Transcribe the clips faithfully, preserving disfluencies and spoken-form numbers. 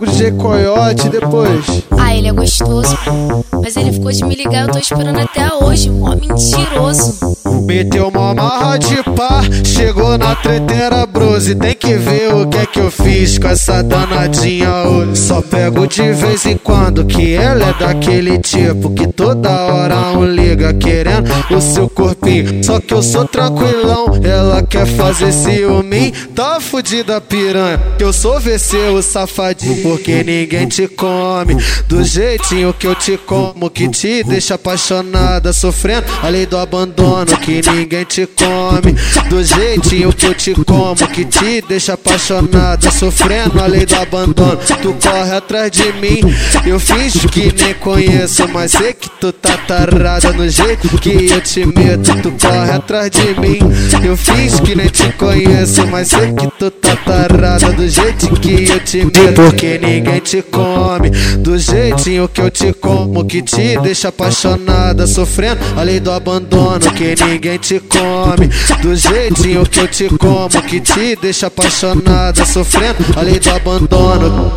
com o D J Coyote depois. Ah, ele é gostoso, mas ele ficou de me ligar, eu tô esperando até hoje, mó mentiroso. Meteu uma marra de pá, chegou na treteira brose. Tem que ver o que é que eu fiz com essa danadinha hoje. Só pego de vez em quando, que ela é daquele tipo que toda hora um liga querendo o seu corpinho. Só que eu sou tranquilão, ela quer fazer ciúme. Tá fudida piranha, que eu sou V C, o safadinho. Porque ninguém te come do jeitinho que eu te como, que te deixa apaixonada, sofrendo a lei do abandono. Que ninguém te come do jeitinho que eu te como, que te deixa apaixonada, sofrendo a lei do abandono. Tu corre atrás de mim, eu finjo que nem conheço, mas sei que tu tá tarada no jeito que eu te meto. Tu corre atrás de mim, eu finjo que nem te conheço, mas sei que tu tá tarada do jeito que eu te meto. Porque ninguém te come do jeitinho que eu te como, que te deixa apaixonada, sofrendo a lei do abandono. Que ninguém te come do jeitinho que eu te como, que te deixa apaixonada, sofrendo a lei do abandono.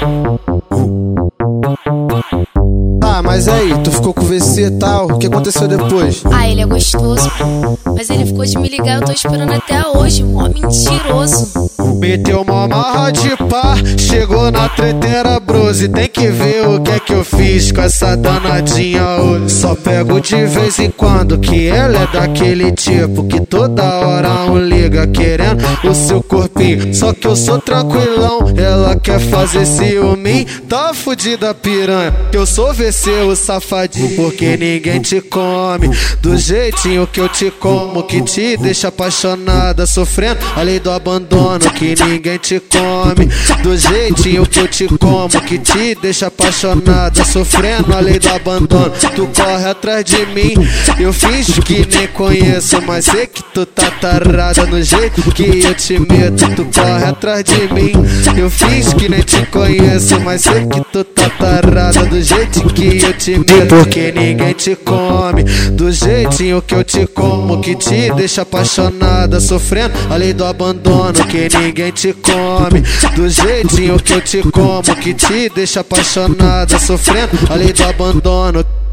Ah, mas aí, tu ficou com o V C e tal, o que aconteceu depois? Ah, ele é gostoso, mas ele ficou de me ligar, eu tô esperando até hoje, mó mentiroso. Meteu uma marra de pá, chegou na treteira brose. Tem que ver o que é que eu fiz com essa danadinha hoje. Só pego de vez em quando, que ela é daquele tipo que toda hora um liga querendo o seu corpinho. Só que eu sou tranquilão, ela quer fazer ciúme. Tá fudida piranha, que eu sou V C, o safadinho. Porque ninguém te come do jeitinho que eu te como, que te deixa apaixonada, sofrendo a lei do abandono. Que ninguém te come do jeitinho que eu te como, que te deixa apaixonada, sofrendo a lei do abandono. Tu corre atrás de mim, eu finjo que nem conheço, mas sei que tu tá tarada no jeito que eu te meto. Tu corre atrás de mim, eu finjo que nem te conheço, mas sei que tu tá tarada do jeito que eu te meto. Porque ninguém te come do jeitinho que eu te como, que te deixa apaixonada, sofrendo a lei do abandono. Que ninguém te come do jeitinho que eu te como, que te deixa apaixonada, sofrendo a lei do abandono.